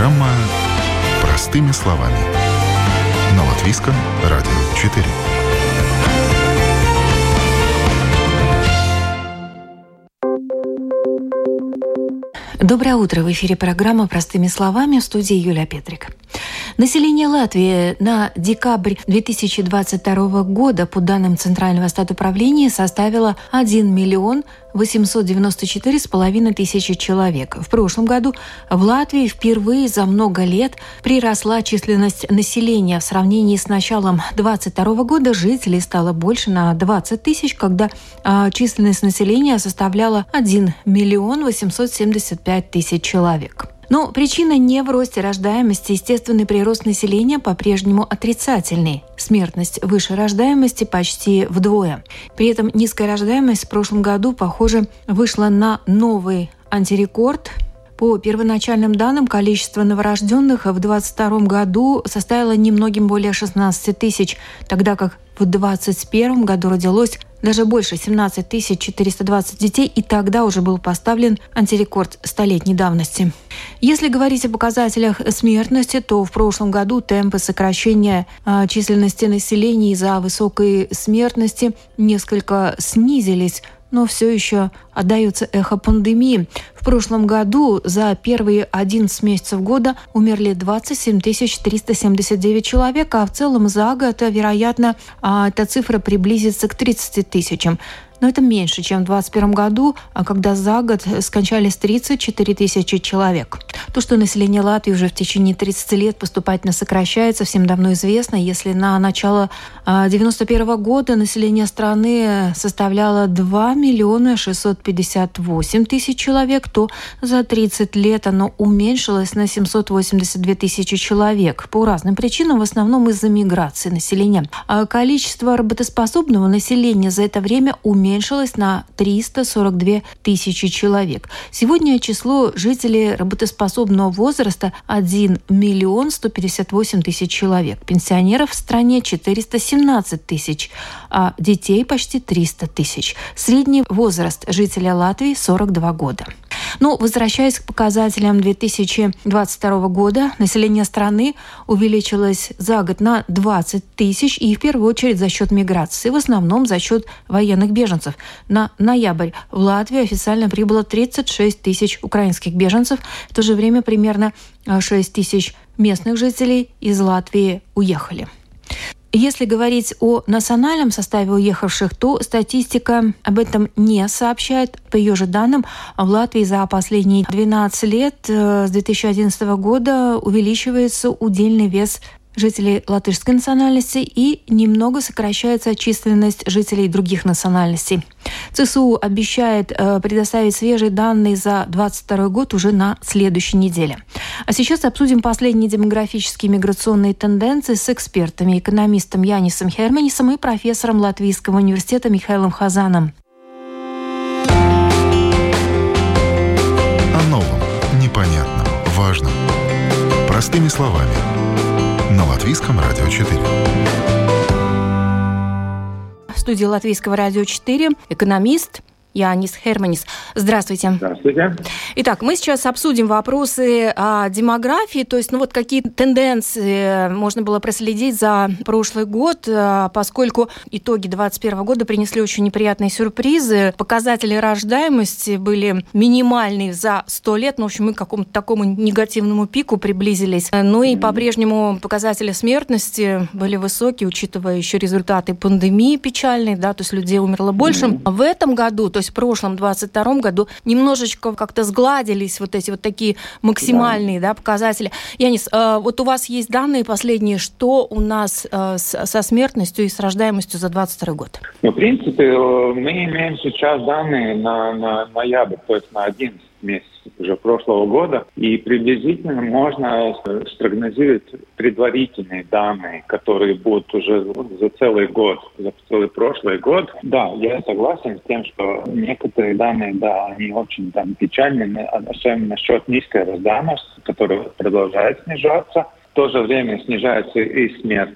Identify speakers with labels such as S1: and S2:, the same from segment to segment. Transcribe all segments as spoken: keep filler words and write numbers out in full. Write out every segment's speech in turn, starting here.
S1: Программа «Простыми словами» на Латвийском радио четыре.
S2: Доброе утро. В эфире программа «Простыми словами», в студии Юлия Петрик. Население Латвии на декабрь две тысячи двадцать второго года по данным Центрального статуправления составило один миллион восемьсот девяносто четыре с половиной тысячи человек. В прошлом году в Латвии впервые за много лет приросла численность населения. В сравнении с началом двадцать второго года жителей стало больше на двадцать тысяч, когда а, численность населения составляла один миллион восемьсот семьдесят пять тысяч человек. Но причина не в росте рождаемости. Естественный прирост населения по-прежнему отрицательный. Смертность выше рождаемости почти вдвое. При этом низкая рождаемость в прошлом году, похоже, вышла на новый антирекорд. По первоначальным данным, количество новорожденных в двадцать втором году составило немногим более шестнадцать тысяч, тогда как в двадцать первом году родилось даже больше семнадцать тысяч четыреста двадцать детей, и тогда уже был поставлен антирекорд столетней давности. Если говорить о показателях смертности, то в прошлом году темпы сокращения э, численности населения из-за высокой смертности несколько снизились, но все еще отдаются эхо пандемии. В прошлом году за первые одиннадцать месяцев года умерли двадцать семь тысяч триста семьдесят девять человек, а в целом за год, вероятно, эта цифра приблизится к тридцати тысячам. Но это меньше, чем в двадцать первом году, когда за год скончались тридцать четыре тысячи человек. То, что население Латвии уже в течение тридцати лет поступательно сокращается, всем давно известно. Если на начало девяносто первого года население страны составляло два миллиона шестьсот пятьдесят восемь тысяч человек, то за тридцать лет оно уменьшилось на семьсот восемьдесят две тысячи человек. По разным причинам, в основном из-за миграции населения. А количество работоспособного населения за это время уменьшилось. уменьшилось на триста сорок две тысячи человек. Сегодня число жителей работоспособного возраста один миллион сто пятьдесят восемь тысяч человек. Пенсионеров в стране четыреста семнадцать тысяч, а детей почти триста тысяч. Средний возраст жителя Латвии сорок два года. Но, возвращаясь к показателям две тысячи двадцать второго года, население страны увеличилось за год на двадцать тысяч, и в первую очередь за счет миграции, в основном за счет военных беженцев. На ноябрь в Латвию официально прибыло тридцать шесть тысяч украинских беженцев. В то же время примерно шесть тысяч местных жителей из Латвии уехали. Если говорить о национальном составе уехавших, то статистика об этом не сообщает. По ее же данным, в Латвии за последние двенадцать лет с две тысячи одиннадцатого года увеличивается удельный вес жителей латышской национальности и немного сокращается численность жителей других национальностей. ЦСУ обещает э, предоставить свежие данные за двадцать второй год уже на следующей неделе. А сейчас обсудим последние демографические миграционные тенденции с экспертами, экономистом Янисом Херманисом и профессором Латвийского университета Михаилом Хазаном.
S1: О новом, непонятном, важном. Простыми словами. На Латвийском радио четыре.
S2: В студии Латвийского радио четыре экономист Янис Херманис. Здравствуйте.
S3: Здравствуйте.
S2: Итак, мы сейчас обсудим вопросы о демографии, то есть, ну вот какие тенденции можно было проследить за прошлый год, поскольку итоги двадцать первого года принесли очень неприятные сюрпризы. Показатели рождаемости были минимальные за сто лет, ну, в общем, мы к какому-то такому негативному пику приблизились. Ну и по-прежнему показатели смертности были высокие, учитывая еще результаты пандемии печальной, да, то есть людей умерло больше. Mm-hmm. В этом году, то есть в прошлом двадцать втором году, немножечко как-то сгладились вот эти вот такие максимальные, да, да, показатели. Янис, э, вот у вас есть данные последние, что у нас э, с, со смертностью и с рождаемостью за двадцать второй год?
S3: Ну, в принципе, мы имеем сейчас данные на, на ноябрь, то есть на одиннадцать месяцев уже прошлого года, и приблизительно можно спрогнозировать предварительные данные, которые будут уже за целый год, за целый прошлый год. Да, я согласен с тем, что некоторые данные, да, они очень там печальные, особенно насчет низкой рождаемости, которая продолжает снижаться. В то же время снижается и смертность.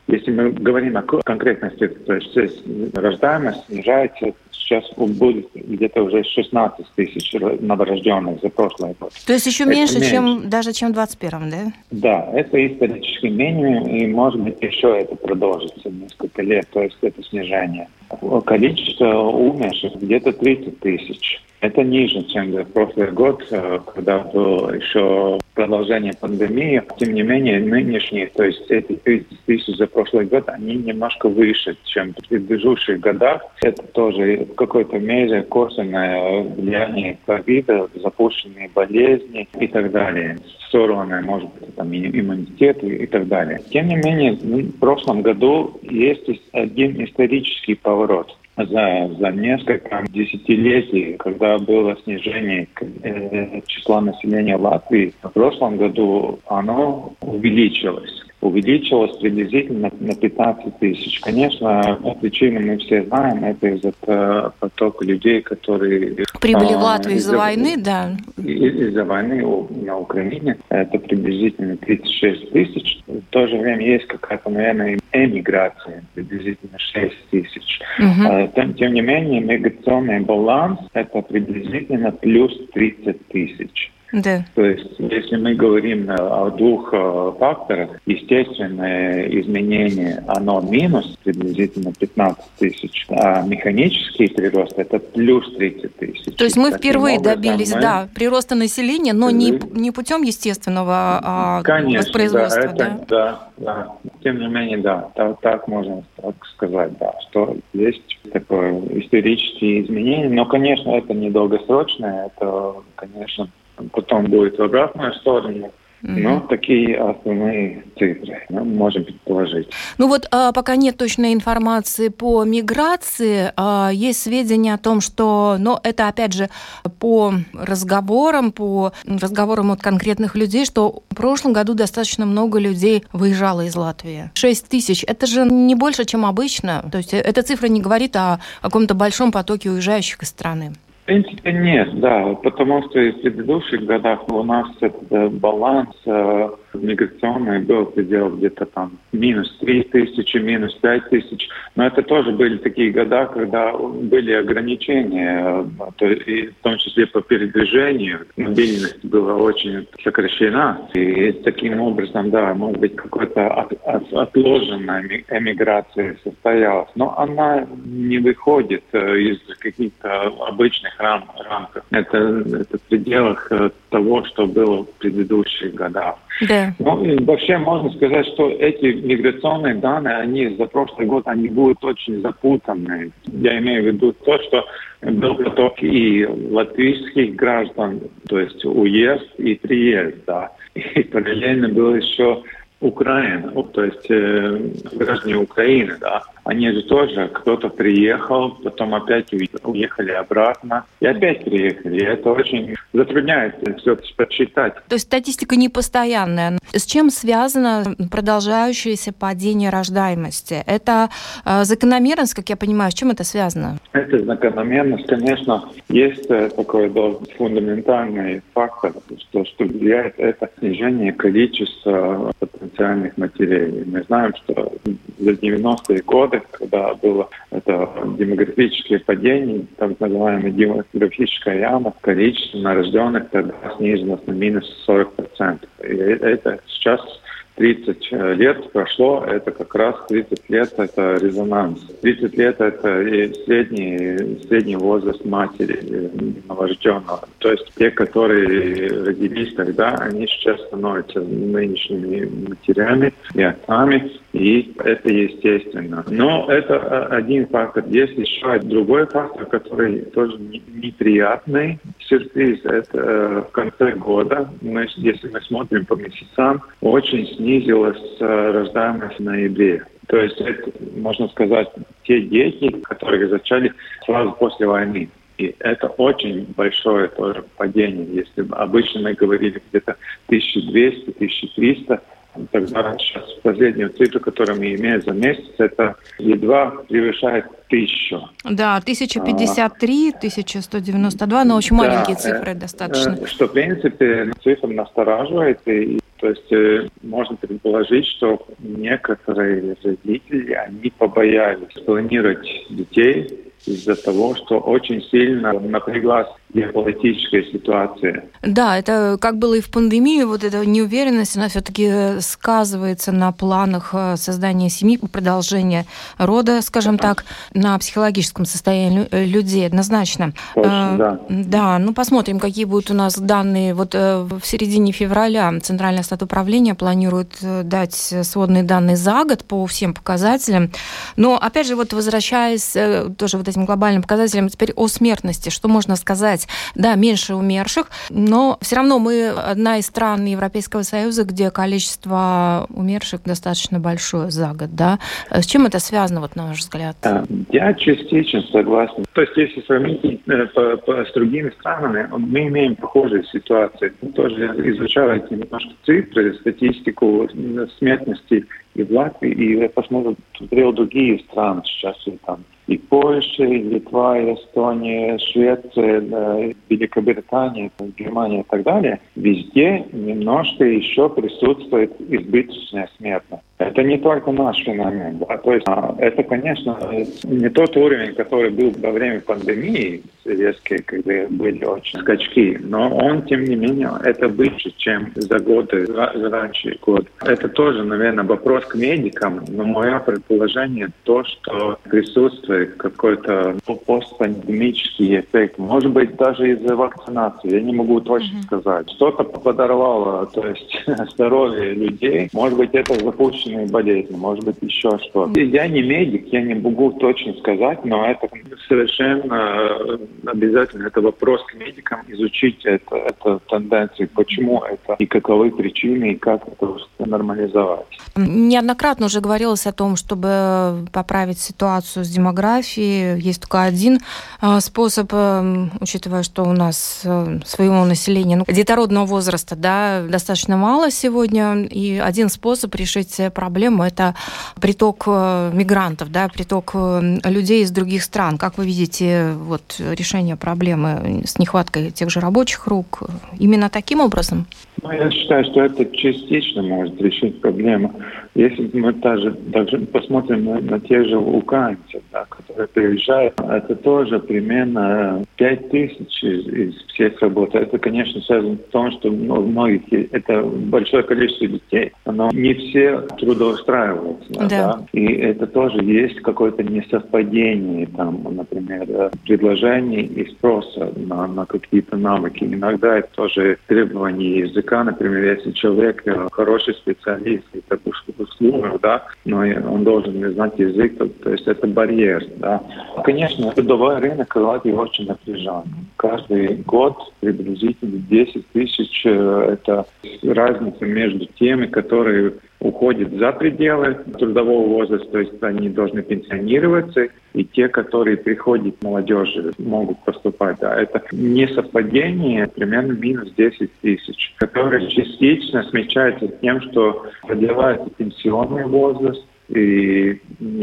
S3: Если мы говорим о конкретности, то есть здесь рождаемость снижается, сейчас будет где-то уже шестнадцать тысяч новорожденных за прошлый год.
S2: То есть еще меньше, меньше, чем даже чем в двадцать первом, да?
S3: Да, это исторически минимум, и может быть еще это продолжится несколько лет, то есть это снижение. Количество умерших где-то тридцать тысяч. Это ниже, чем в прошлый год, когда было еще продолжение пандемии. Тем не менее, нынешние, то есть эти тридцать тысяч за прошлый год, они немножко выше, чем в предыдущих годах. Это тоже в какой-то мере косвенное влияние ковида, запущенные болезни и так далее. Сорванное, может быть, там, иммунитет и, и так далее. Тем не менее, в прошлом году есть один исторический поворот. За, за несколько десятилетий, когда было снижение э, числа населения Латвии, в прошлом году оно увеличилось. Увеличилось приблизительно на пятнадцать тысяч. Конечно, причину мы все знаем, это из-за потока людей, которые...
S2: Прибыли в Латвию из-за, из-за войны, да?
S3: Из-за войны на Украине. Это приблизительно тридцать шесть тысяч. В то же время есть какая-то, наверное, эмиграция, приблизительно шесть тысяч. Угу. Тем, тем не менее, миграционный баланс – это приблизительно плюс тридцать тысяч.
S2: Да.
S3: То есть, если мы говорим о двух факторах, естественное изменение, оно минус приблизительно пятнадцать тысяч, а механический прирост – это плюс тридцать тысяч.
S2: То есть мы Таким впервые добились мы... да, прироста населения, но не, не путем естественного а
S3: Конечно,
S2: воспроизводства.
S3: Да, это, да? Да, да. Тем не менее, да, так, так можно так сказать, да, что есть такое исторические изменения, но, конечно, это недолгосрочное, это, конечно, потом будет в обратную сторону. Mm-hmm. Но такие основные цифры мы можем предположить.
S2: Ну вот пока нет точной информации по миграции, есть сведения о том, что, но это опять же по разговорам, по разговорам от конкретных людей, что в прошлом году достаточно много людей выезжало из Латвии. шесть тысяч, это же не больше, чем обычно. То есть эта цифра не говорит о каком-то большом потоке уезжающих из страны.
S3: В принципе, нет, да, потому что в предыдущих годах у нас этот баланс э, миграционный был в пределах где-то там минус три тысячи, минус пять тысяч, но это тоже были такие года, когда были ограничения, то, и в том числе по передвижению, мобильность была очень сокращена, и таким образом, да, может быть, какая-то от, от, отложенная эмиграция состоялась, но она не выходит из каких-то обычных рам, рамках. Это, это в пределах того, что было в предыдущих годах.
S2: Да.
S3: Ну, и вообще можно сказать, что эти миграционные данные, они за прошлый год, они будут очень запутанные. Я имею в виду то, что был поток и латвийских граждан, то есть уезд и приезд, да. И параллельно был еще Украина, то есть э, граждане Украины, да. Они же тоже, кто-то приехал, потом опять уехали обратно, и опять приехали. И это очень затрудняет все подсчитать.
S2: То есть статистика непостоянная. С чем связано продолжающееся падение рождаемости? Это э, закономерность, как я понимаю, с чем это связано?
S3: Это закономерность, конечно, есть такой да, фундаментальный фактор, что, что влияет это снижение количества потенциальных матерей. Мы знаем, что за девяностые годы, когда было это демографическое падение, так называемая демографическая яма, количество новорожденных тогда снизилось на минус сорок процентов. И это сейчас тридцать лет прошло, это как раз тридцать лет это резонанс. тридцать лет это и средний, средний возраст матери новорожденного. То есть те, которые родились тогда, они сейчас становятся нынешними матерями и отцами, и это естественно. Но это один фактор. Есть еще другой фактор, который тоже неприятный сюрприз. Это в конце года, мы, если мы смотрим по месяцам, очень снизилась рождаемость в ноябре. То есть это, можно сказать, те дети, которые зачали сразу после войны. И это очень большое тоже падение. Если бы обычно мы говорили где-то тысяча двести - тысяча триста, тогда сейчас последнюю цифру, которую мы имеем за месяц, это едва превышает тысячу.
S2: Да, тысяча пятьдесят три, тысяча сто девяносто два, но очень да, маленькие цифры
S3: э,
S2: достаточно.
S3: Что, в принципе, цифра настораживает, и То есть э, можно предположить, что некоторые родители, они побоялись планировать детей из-за того, что очень сильно напряглась геополитическая ситуация.
S2: Да, это как было и в пандемию, вот эта неуверенность, она все-таки сказывается на планах создания семьи, продолжения рода, скажем так, на психологическом состоянии людей, однозначно.
S3: Точно, да.
S2: Да, ну посмотрим, какие будут у нас данные. Вот в середине февраля Центральное статуправление планирует дать сводные данные за год по всем показателям. Но, опять же, вот возвращаясь тоже вот этим глобальным показателям, теперь о смертности, что можно сказать? Да, меньше умерших, но все равно мы одна из стран Европейского Союза, где количество умерших достаточно большое за год, да? С чем это связано, вот, на ваш взгляд?
S3: Я частично согласен. То есть, если сравнить по, по, с другими странами, мы имеем похожие ситуации. Мы тоже изучали немножко цифры, статистику смертности и в Латвии, и я посмотрел другие страны сейчас, и там и Польша, и Литва, и Эстония, Швеция, да, Великобритания, Германия и так далее. Везде немножко еще присутствует избыточная смертность. Это не только наш феномен. Да? То есть а, это, конечно, не тот уровень, который был во время пандемии резкие, когда были очень скачки, но он, тем не менее, это выше, чем за годы, за раньше год. Это тоже, наверное, вопрос к медикам, но мое предположение то, что присутствует какой-то постпандемический эффект. Может быть, даже из-за вакцинации. Я не могу точно mm-hmm. сказать. Что-то подорвало, то есть здоровье людей. Может быть, это запущенные болезни, может быть, еще что-то. Я не медик, я не могу точно сказать, но это совершенно обязательно. Это вопрос к медикам, изучить это, это тенденции, почему это, и каковы причины, и как это нормализовать.
S2: Неоднократно уже говорилось о том, чтобы поправить ситуацию с демографией. Есть только один способ, учитывая, что у нас своего населения, ну, детородного возраста, да, достаточно мало сегодня, и один способ решить проблему – это приток мигрантов, да, приток людей из других стран. Как вы видите вот, решение проблемы с нехваткой тех же рабочих рук именно таким образом?
S3: Ну, я считаю, что это частично может решить проблему. Если мы даже, даже посмотрим на, на тех же украинцев, да, которые приезжают, это тоже примерно пять тысяч из, из всех работ. Это, конечно, связано с тем, что ну, у многих это большое количество детей, но не все трудоустраиваются. Да. Да? И это тоже есть какое-то несовпадение, там, например, предложений и спроса на, на какие-то навыки. Иногда это тоже требование языка. Например, если человек хороший специалист, это услуга, да, но он должен знать язык, то, то есть это барьер, да. Конечно, трудовой рынок в Латвии очень напряжен. Каждый год приблизительно десять тысяч, это разница между теми, которые уходят за пределы трудового возраста, то есть они должны пенсионироваться, и те, которые приходят молодежи, могут поступать. Да, это несовпадение, примерно минус десять тысяч, которые частично смягчаются тем, что продлевается пенсионный возраст, и,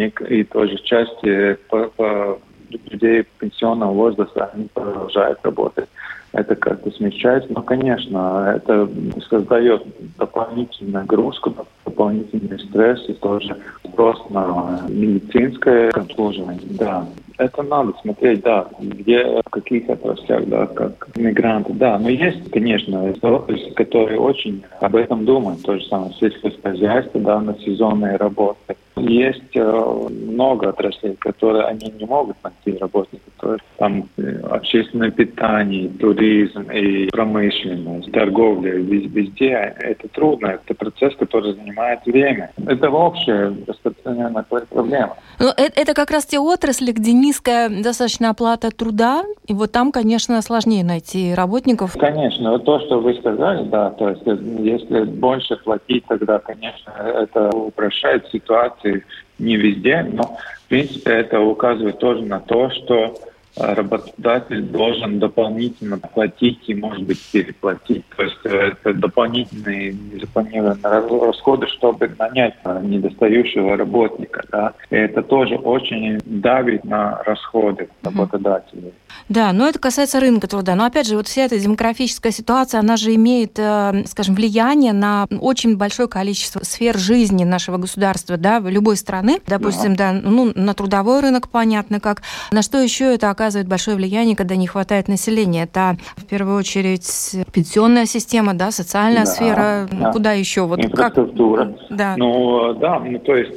S3: и тоже части по, по людей пенсионного возраста они продолжают работать. Это как-то смягчается. Но, конечно, это создает дополнительную нагрузку, дополнительный стресс и тоже спрос на медицинское обслуживание. Да, это надо смотреть, да, где, в каких отраслях, да, как мигранты. Да, но есть, конечно, отрасли, которые очень об этом думают. То же самое сельское хозяйство, да, на сезонные работы. Есть э, много отраслей, которые они не могут найти работников. То есть там э, общественное питание, туризм и промышленность, торговля. Везде это трудно. Это процесс, который занимает время. Это общая распространенная проблема.
S2: Но это, это как раз те отрасли, где низкая достаточно оплата труда. И вот там, конечно, сложнее найти работников.
S3: Конечно. Вот то, что вы сказали, да. То есть если больше платить, тогда, конечно, это упрощает ситуацию. Не везде, но, в принципе, это указывает тоже на то, что работодатель должен дополнительно платить и, может быть, переплатить. То есть это дополнительные незапланированные расходы, чтобы нанять недостающего работника. Да? И это тоже очень давит на расходы работодателей.
S2: Да, но это касается рынка труда. Но опять же, вот вся эта демографическая ситуация, она же имеет, скажем, влияние на очень большое количество сфер жизни нашего государства, да, любой страны. Допустим, да, да ну, на трудовой рынок, понятно как. На что еще это оказывает большое влияние, когда не хватает населения? Это, в первую очередь, пенсионная система, да, социальная да, сфера. Да. Куда еще? Вот
S3: инфраструктура.
S2: Как? Да.
S3: Ну, да, ну, то есть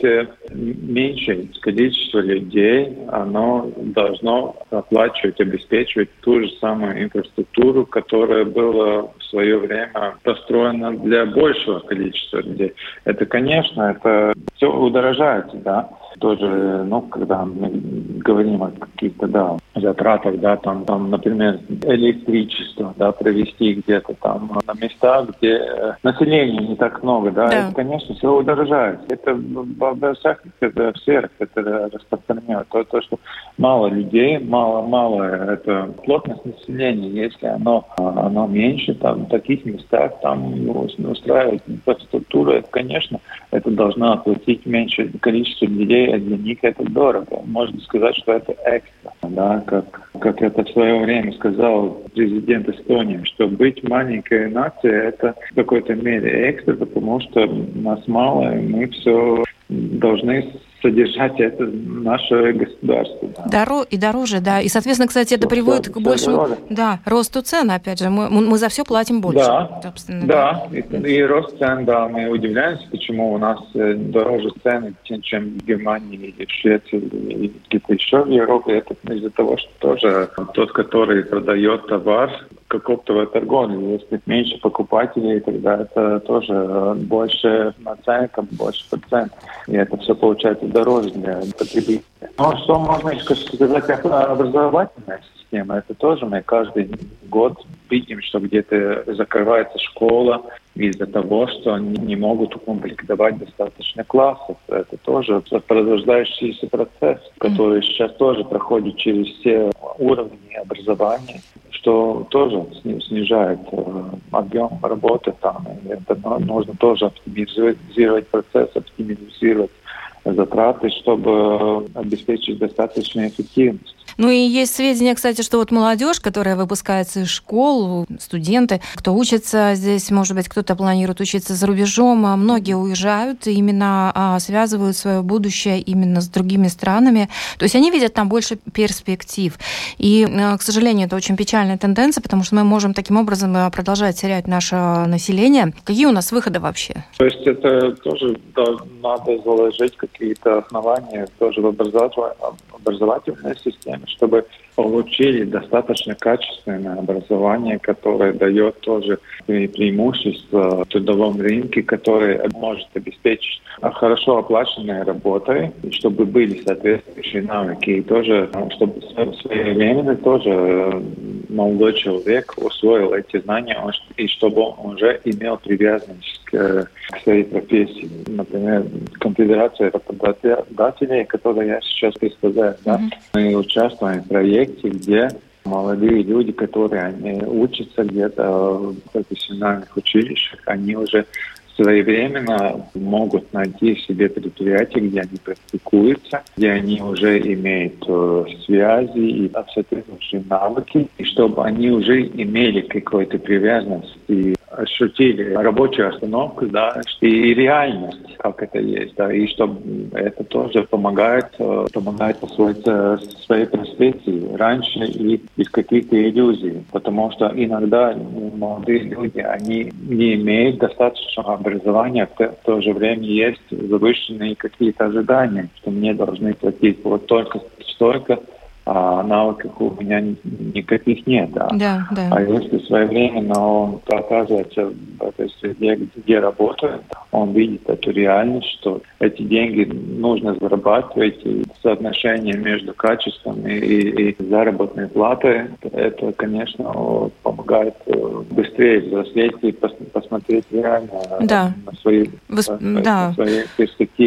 S3: меньшее количество людей, оно должно оплачивать, обеспечивать ту же самую инфраструктуру, которая была в свое время построена для большего количества людей. Это, конечно, это все удорожается, да. Тоже, ну, когда мы говорим о каких-то, да, затратах, да, там, там, например, электричество, да, провести где-то там на местах, где населения не так много, да, да. Это, конечно, все удорожается. Это во всех сферах это распространено. То, то, что мало людей, мало, мало, это плотность населения, если оно, оно меньше, там, в таких местах, там, устраивать инфраструктуру, это, конечно, это должно оплатить меньше количество людей, а для них это дорого. Можно сказать, что это экстра, да, как, как это в свое время сказал президент Эстонии, что быть маленькой нацией это в какой-то мере экстра, потому что нас мало, и мы все должны содержать это наше государство. Да.
S2: Доро- и дороже, да. И, соответственно, кстати, это все, приводит все, к большему да, росту цен, опять же. Мы, мы за все платим больше.
S3: Да, собственно, да. да. И, и рост цен, да, мы удивляемся, почему у нас дороже цены, чем в Германии или в Швеции или где-то еще в Европе. Это из-за того, что тоже тот, который продает товар, как оптовая торговля. Если меньше покупателей, тогда это тоже больше наценка, больше процент. И это все получается дороже для потребителя. Но что можно еще сказать о образовательной системе? Это тоже мы каждый год видим, что где-то закрывается школа из-за того, что они не могут укомплектовать достаточно классов. Это тоже продолжающийся процесс, который сейчас тоже проходит через все уровни образования, что тоже снижает объем работы там. И это нужно тоже оптимизировать процесс, оптимизировать затраты, чтобы обеспечить достаточную эффективность.
S2: Ну и есть сведения, кстати, что вот молодежь, которая выпускается из школ, студенты, кто учится здесь, может быть, кто-то планирует учиться за рубежом, а многие уезжают и именно а, связывают свое будущее именно с другими странами. То есть они видят там больше перспектив. И, к сожалению, это очень печальная тенденция, потому что мы можем таким образом продолжать терять наше население. Какие у нас выходы вообще?
S3: То есть это тоже да, надо заложить какие-то основания тоже в образовательной системе, чтобы получили достаточно качественное образование, которое дает тоже преимущество в трудовом рынке, которое может обеспечить хорошо оплаченной работой, чтобы были соответствующие навыки, и тоже, чтобы своевременно тоже молодой человек усвоил эти знания, и чтобы он уже имел привязанность к, к своей профессии. Например, конфедерация работодателей, которую я сейчас представляю, да, мы участвуем в проекте, где молодые люди, которые они учатся где-то в профессиональных училищах, они уже своевременно могут найти себе предприятие, где они практикуются, где они уже имеют э, связи и соответствующие навыки, и чтобы они уже имели какую-то привязанность и ощутили рабочую остановку, да, и реальность, как это есть, да, и чтобы это тоже помогает, э, помогает освоиться своей перспективе раньше и без каких-то иллюзий, потому что иногда молодые люди, они не имеют достаточного образования, в то же время есть завышенные какие-то ожидания, что мне должны платить вот только столько, а навыков у меня никаких нет. Да?
S2: Да, да.
S3: А если своевременно он оказывается в этой среде, где работает, он видит эту реальность, что эти деньги нужно зарабатывать, и соотношение между качеством и, и, и заработной платой, это, конечно, помогает быстрее взрослеть и посмотреть реально
S2: да.
S3: на свои,
S2: Восп...
S3: на,
S2: да.
S3: на свои перспективы.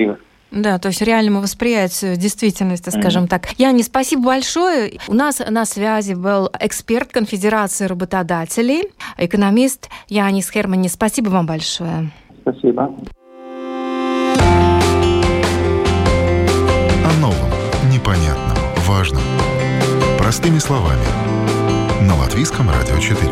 S2: Да, то есть реальному восприятию действительности, скажем mm-hmm. так. Яни, спасибо большое. У нас на связи был эксперт Конфедерации работодателей, экономист Янис Херманис. Спасибо вам большое.
S3: Спасибо.
S1: О новом, непонятном, важном. Простыми словами. На Латвийском радио четыре.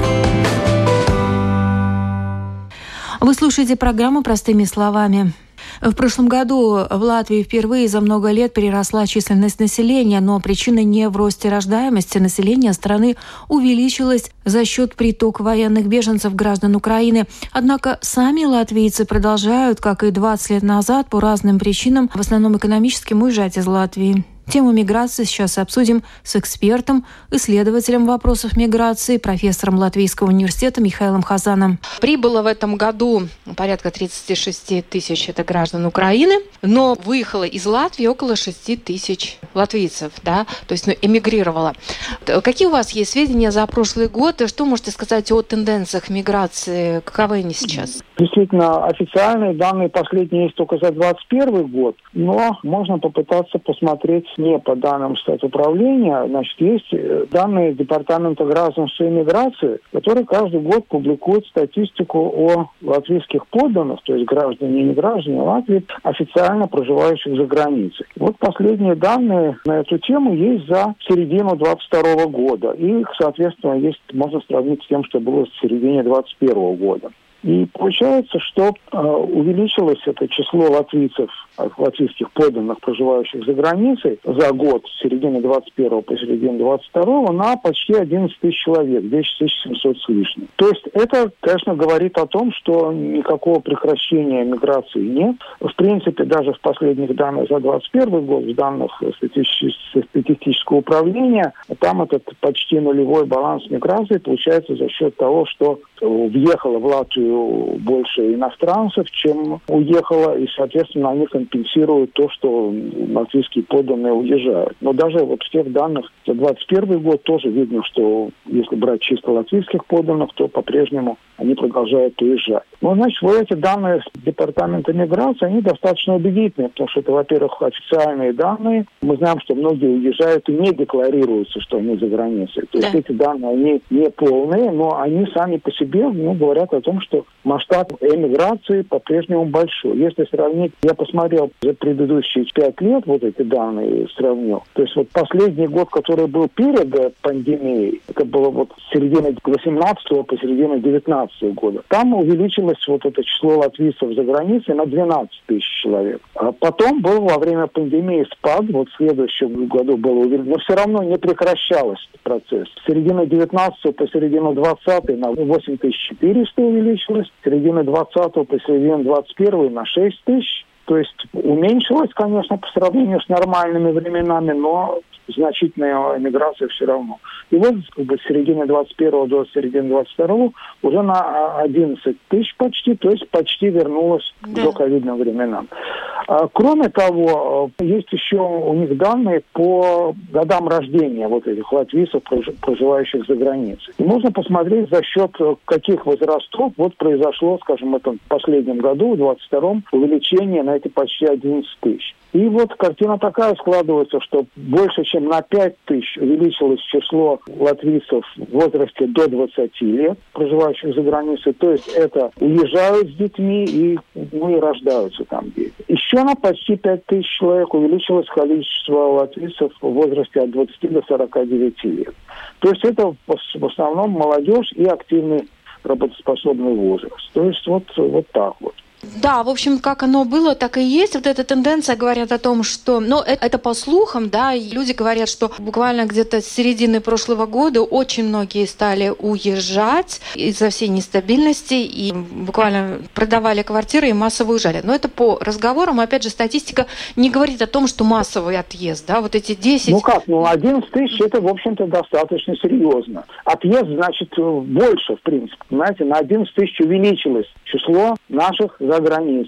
S2: Вы слушаете программу «Простыми словами». В прошлом году в Латвии впервые за много лет переросла численность населения, но причина не в росте рождаемости. Население страны увеличилось за счет притока военных беженцев граждан Украины. Однако сами латвийцы продолжают, как и двадцать лет назад, по разным причинам, в основном экономическим, уезжать из Латвии. Тему миграции сейчас обсудим с экспертом, исследователем вопросов миграции, профессором Латвийского университета Михаилом Хазаном. Прибыло в этом году порядка тридцать шесть тысяч это граждан Украины, но выехало из Латвии около шесть тысяч латвийцев, да, то есть ну, эмигрировало. Какие у вас есть сведения за прошлый год? Что можете сказать о тенденциях миграции? Каковы они сейчас?
S4: Действительно, официальные данные последние есть только за двадцать первый год, но можно попытаться посмотреть не по данным статуправления. Значит, есть данные Департамента гражданства и миграции, который каждый год публикует статистику о латвийских подданных, то есть граждане и не граждане Латвии, официально проживающих за границей. Вот последние данные на эту тему есть за середину двадцать второго года. И, соответственно, есть, можно сравнить с тем, что было в середине двадцать первого года. И получается, что э, увеличилось это число латвийцев, латвийских подданных, проживающих за границей, за год с середины двадцать первого по середину двадцать второго на почти одиннадцать тысяч человек, десять тысяч семьсот с лишним. То есть это, конечно, говорит о том, что никакого прекращения миграции нет. В принципе, даже в последних данных за двадцать первый год, в данных статистического управления, там этот почти нулевой баланс миграции получается за счет того, что въехало в Латвию больше иностранцев, чем уехало, и, соответственно, они компенсируют то, что латвийские подданные уезжают. Но даже вот в тех данных за двадцать первый год тоже видно, что если брать чисто латвийских подданных, то по-прежнему они продолжают уезжать. Ну, значит, вот эти данные Департамента миграции, они достаточно убедительные, потому что это, во-первых, официальные данные. Мы знаем, что многие уезжают и не декларируются, что они за границей. То есть да. Эти данные, они не полные, но они сами по себе ну, говорят о том, что масштаб эмиграции по-прежнему большой. Если сравнить, я посмотрел за предыдущие пять лет, вот эти данные сравнил. То есть вот последний год, который был перед пандемией, это было вот с середины восемнадцатого по середину девятнадцатого года. Там увеличилось вот это число латвийцев за границей на двенадцать тысяч человек. А потом был во время пандемии спад, вот в следующем году было увеличено, но все равно не прекращался процесс. С середины девятнадцатого по середину двадцатого на восемь тысяч четыреста увеличилось, с середины двадцатого по середину двадцать первого на шесть тысяч. То есть уменьшилось, конечно, по сравнению с нормальными временами, но значительная эмиграция все равно. И вот как бы, с середины двадцать первого до середины двадцать второго уже на одиннадцать тысяч почти, то есть почти вернулась да. до ковидным временам. А, кроме того, есть еще у них данные по годам рождения вот этих латвийцев, проживающих за границей. И можно посмотреть, за счет каких возрастов вот произошло, скажем, в этом последнем году, в двадцать втором, увеличение на эти почти одиннадцать тысяч. И вот картина такая складывается, что больше чем на пять тысяч увеличилось число латвийцев в возрасте до двадцати лет, проживающих за границей. То есть это уезжают с детьми и, ну, и рождаются там дети. Еще на почти пять тысяч человек увеличилось количество латвийцев в возрасте от двадцати до сорока девяти лет. То есть это в основном молодежь и активный работоспособный возраст. То есть вот, вот так вот.
S2: Да, в общем, как оно было, так и есть. Вот эта тенденция говорят о том, что... Ну, это, это по слухам, да, и люди говорят, что буквально где-то с середины прошлого года очень многие стали уезжать из-за всей нестабильности и буквально продавали квартиры и массово уезжали. Но это по разговорам, опять же, статистика не говорит о том, что массовый отъезд, да, вот эти десять...
S4: Ну как, ну одиннадцать тысяч это, в общем-то, достаточно серьезно. Отъезд, значит, больше, в принципе, понимаете, на одиннадцать тысяч увеличилось число наших за границей.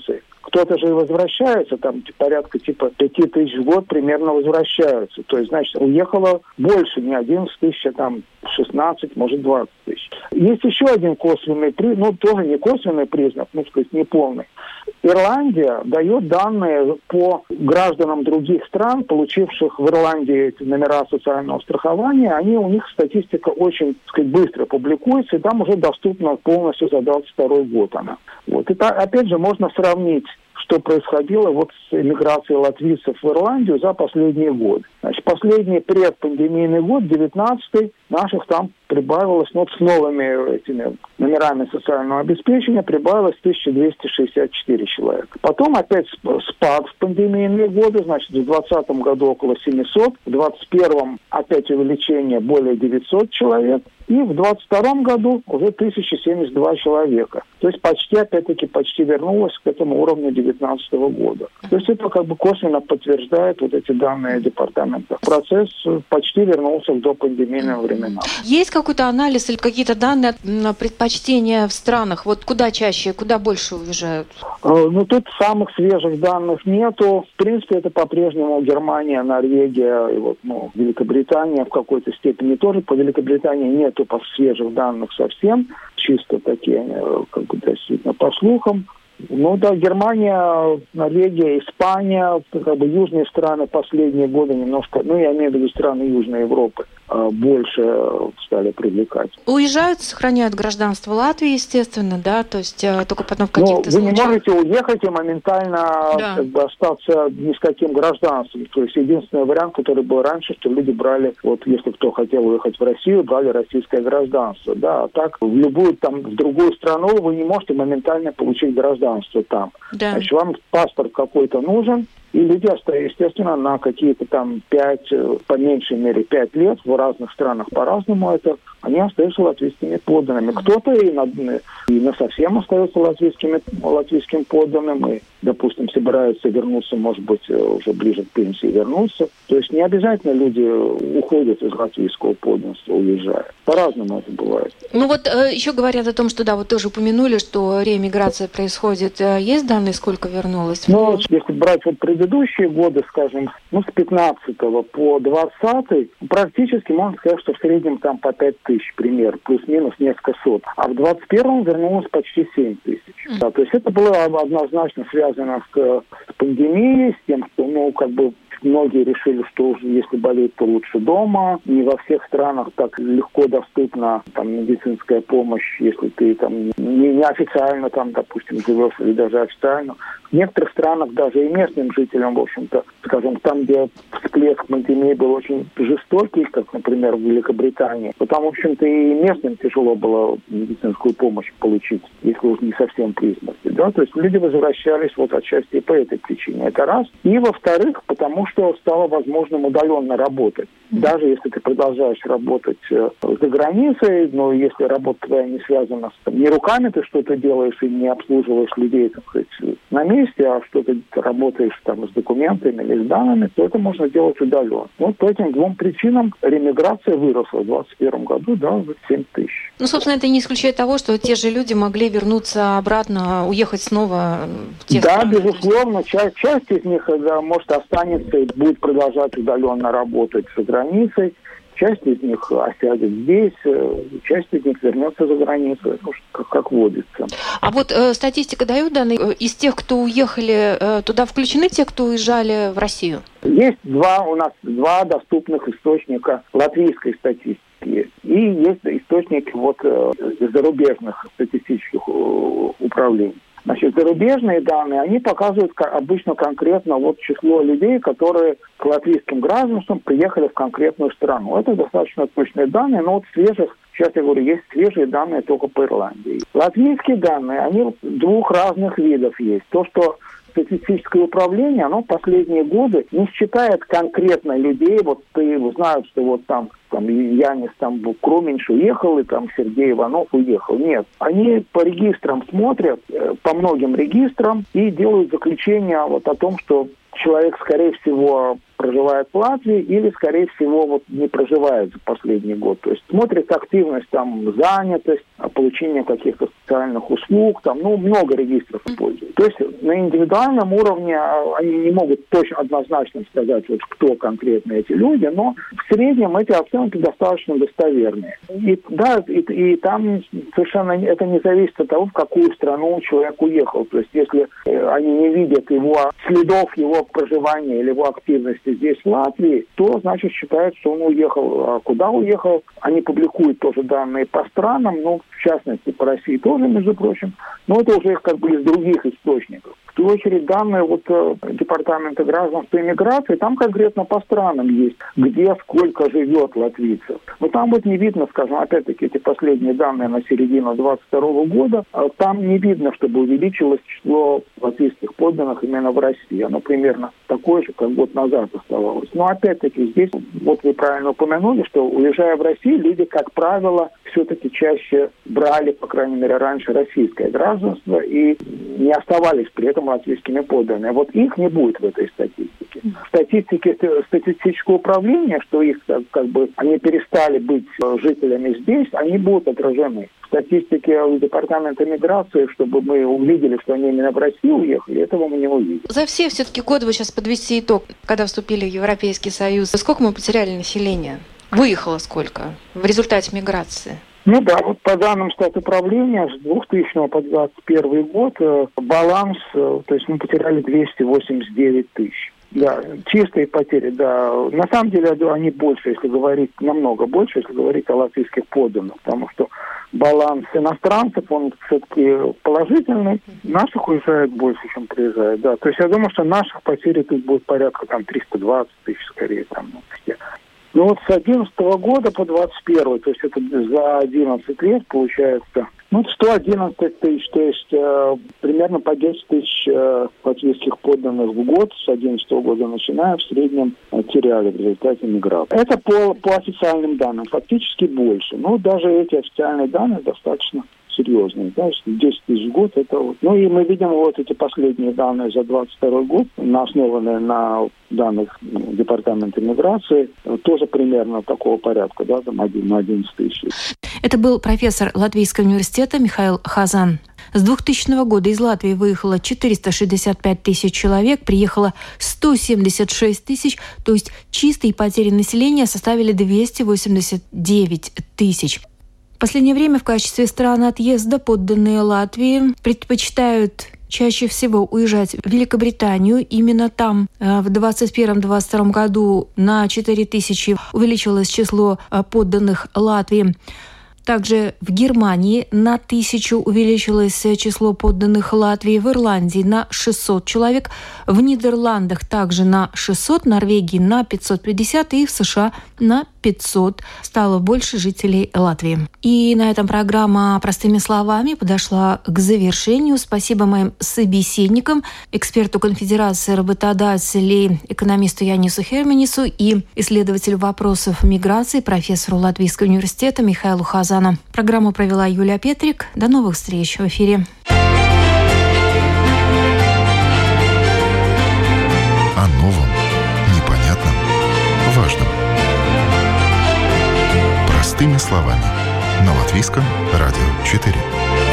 S4: кто-то же и возвращается, там порядка типа пяти тысяч в год примерно возвращаются. То есть, значит, уехало больше, не одиннадцать тысяч, а там шестнадцать, может, двадцать тысяч. Есть еще один косвенный признак, ну, тоже не косвенный признак, ну, сказать, не полный. Ирландия дает данные по гражданам других стран, получивших в Ирландии эти номера социального страхования. Они, у них статистика очень, так сказать, быстро публикуется, и там уже доступна полностью за двадцать второй год она. Вот. Это, опять же, можно сравнить, что происходило вот с эмиграцией латвийцев в Ирландию за последние годы. Значит, последний предпандемийный год, девятнадцатый, наших там прибавилось, ну, с новыми этими номерами социального обеспечения прибавилось тысяча двести шестьдесят четыре человека. Потом опять спад в пандемийные годы, значит, в двадцатом году около семисот, в двадцать первом опять увеличение более девятьсот человек, и в двадцать втором году уже тысяча семьдесят два человека. То есть почти, опять-таки, почти вернулось к этому уровню девятнадцатого года. То есть это как бы косвенно подтверждает вот эти данные департамента. Процесс почти вернулся к допандемийным временам.
S2: Есть какой-то анализ или какие-то данные на предпочтения в странах? Вот куда чаще, куда больше уезжают?
S4: Ну, тут самых свежих данных нету. В принципе, это по-прежнему Германия, Норвегия и вот, ну, Великобритания в какой-то степени тоже. По Великобритании нету по свежих данных совсем. Чисто такие, как бы, действительно, по слухам. Ну да, Германия, Норвегия, Испания, как бы южные страны последние годы немножко, ну я имею в виду страны Южной Европы, больше стали привлекать.
S2: Уезжают, сохраняют гражданство Латвии, естественно, да, то есть только потом в каких-то
S4: случаях. Вы
S2: случаях...
S4: не можете уехать и моментально, да, как бы остаться ни с каким гражданством. То есть единственный вариант, который был раньше, что люди брали, вот если кто хотел уехать в Россию, брали российское гражданство, да, а так в любую там, в другую страну вы не можете моментально получить гражданство там. Да. Значит, вам паспорт какой-то нужен, и люди остаются, естественно, на какие-то там пять, по меньшей мере пять лет, в разных странах по-разному это, они остаются латвийскими подданными. Кто-то и на, и на совсем остается латвийскими, латвийским подданным, и, допустим, собираются вернуться, может быть, уже ближе к пенсии вернуться. То есть не обязательно люди уходят из латвийского подданства, уезжая. По-разному это бывает.
S2: Ну вот еще говорят о том, что, да, вот тоже упомянули, что реэмиграция происходит. Есть данные, сколько вернулось?
S4: Ну, если брать вот предыдущие годы, скажем, ну, с пятнадцатого по двадцатый, практически можно сказать, что в среднем там по пять тысяч, пример, плюс-минус несколько сот. А в двадцать первом вернулось почти семь тысяч. Mm-hmm. Да, то есть это было однозначно связано с, с пандемией, с тем, что, ну, как бы, многие решили, что уже если болеть, то лучше дома. Не во всех странах так легко доступна там медицинская помощь, если ты там не, не официально там, допустим, живешь или даже официально. В некоторых странах даже и местным жителям, в общем-то, скажем, там, где всплеск пандемии был очень жестокий, как, например, в Великобритании, то там, в общем-то, и местным тяжело было медицинскую помощь получить, если уж не совсем при смерти. Да? То есть люди возвращались вот отчасти и по этой причине. Это раз. И, во-вторых, потому что стало возможным удаленно работать. Даже если ты продолжаешь работать э, за границей, но если работа твоя не связана с... Там, не руками ты что-то делаешь и не обслуживаешь людей, так сказать, на месте, а что ты работаешь там с документами или с данными, то это можно делать удаленно. Вот по этим двум причинам ремиграция выросла в двадцать первом году, да, в семь тысяч.
S2: Ну, собственно, это не исключает того, что те же люди могли вернуться обратно, уехать снова в те
S4: Да,
S2: страны.
S4: безусловно, часть, часть из них, да, может, останется и будет продолжать удаленно работать за границей. Часть из них осядет здесь, часть из них вернется за границу, это уж как, как водится.
S2: А вот э, статистика дает данные, из тех, кто уехали, э, туда включены те, кто уезжали в Россию?
S4: Есть два у нас два доступных источника латвийской статистики. И есть источники вот, э, зарубежных статистических управлений. Значит, зарубежные данные, они показывают обычно конкретно вот число людей, которые к латвийским гражданствам приехали в конкретную страну. Это достаточно точные данные, но вот свежих, сейчас я говорю, есть свежие данные только по Ирландии. Латвийские данные, они двух разных видов есть. То, что статистическое управление, оно последние годы не считает конкретно людей, вот ты знают, что вот там, там Янис там Кроменьш уехал, и там Сергей Иванов уехал. Нет. Они по регистрам смотрят, по многим регистрам, и делают заключение вот о том, что человек, скорее всего, проживает в Латвии или, скорее всего, вот не проживает за последний год. То есть смотрится активность, там, занятость, получение каких-то социальных услуг, там, ну, много регистров используют. То есть на индивидуальном уровне они не могут точно однозначно сказать, вот, кто конкретно эти люди, но в среднем эти оценки достаточно достоверные. И, да, и, и там совершенно это не зависит от того, в какую страну человек уехал. То есть если они не видят его следов его проживания или его активности здесь, в Латвии, то, значит, считают, что он уехал. А куда уехал? Они публикуют тоже данные по странам, ну, в частности, по России тоже, между прочим, но это уже как бы из других источников. В свою очередь, данные вот Департамента гражданства и миграции, там конкретно по странам есть, где сколько живет латвийцев. Но там вот не видно, скажем, опять-таки, эти последние данные на середину двадцать второго года, там не видно, чтобы увеличилось число латвийских подданных именно в России. Оно примерно такое же, как год назад оставалось. Но опять-таки здесь, вот вы правильно упомянули, что уезжая в Россию, люди, как правило, все-таки чаще брали, по крайней мере, раньше российское гражданство и не оставались при этом латвийскими подданными. Вот их не будет в этой статистике. В статистике статистического управления, что их как бы они перестали быть жителями здесь, они будут отражены. В статистике Департамента миграции, чтобы мы увидели, что они именно в Россию уехали, этого мы не увидели.
S2: За все все-таки годы вы сейчас подвести итог, когда вступили в Европейский Союз, сколько мы потеряли населения? Выехало сколько в результате миграции?
S4: Ну да, вот по данным статуправления с двухтысячного по двадцать первый год э, баланс, э, то есть мы потеряли двести восемьдесят девять тысяч. Да, чистые потери, да. На самом деле они больше, если говорить, намного больше, если говорить о латвийских подданных, потому что баланс иностранцев, он все-таки положительный. Наших уезжает больше, чем приезжает, да. То есть я думаю, что наших потерь тут будет порядка там триста двадцать тысяч, скорее, там. Ну вот с одиннадцатого года по двадцать первый, то есть это за одиннадцать лет получается, ну сто одиннадцать тысяч, то есть э, примерно по десять тысяч э, латвийских подданных в год с одиннадцатого года начиная в среднем э, теряли в результате миграции. Это по, по официальным данным, фактически больше. Но даже эти официальные данные достаточно серьезные. Да? десять тысяч в год это вот. Ну и мы видим вот эти последние данные за двадцать второй год, основанные на данных Департамента миграции, тоже примерно такого порядка, да, там на одиннадцать тысяч.
S2: Это был профессор Латвийского университета Михаил Хазан. С двухтысячного года из Латвии выехало четыреста шестьдесят пять тысяч человек, приехало сто семьдесят шесть тысяч, то есть чистые потери населения составили двести восемьдесят девять тысяч. В последнее время в качестве страны отъезда подданные Латвии предпочитают чаще всего уезжать в Великобританию. Именно там в двадцать первом - двадцать втором году на четыре тысячи увеличилось число подданных Латвии. Также в Германии на тысячу увеличилось число подданных Латвии, в Ирландии на шестьсот человек, в Нидерландах также на шестьсот, в Норвегии на пятьсот пятьдесят и в США на пятьсот стало больше жителей Латвии. И на этом программа «Простыми словами» подошла к завершению. Спасибо моим собеседникам, эксперту Конфедерации работодателей, экономисту Янису Херменису и исследователю вопросов миграции, профессору Латвийского университета Михаилу Хазану. Программу провела Юлия Петрик. До новых встреч в эфире.
S1: О новом, непонятном, важном. Простыми словами. На Латвийском радио четыре.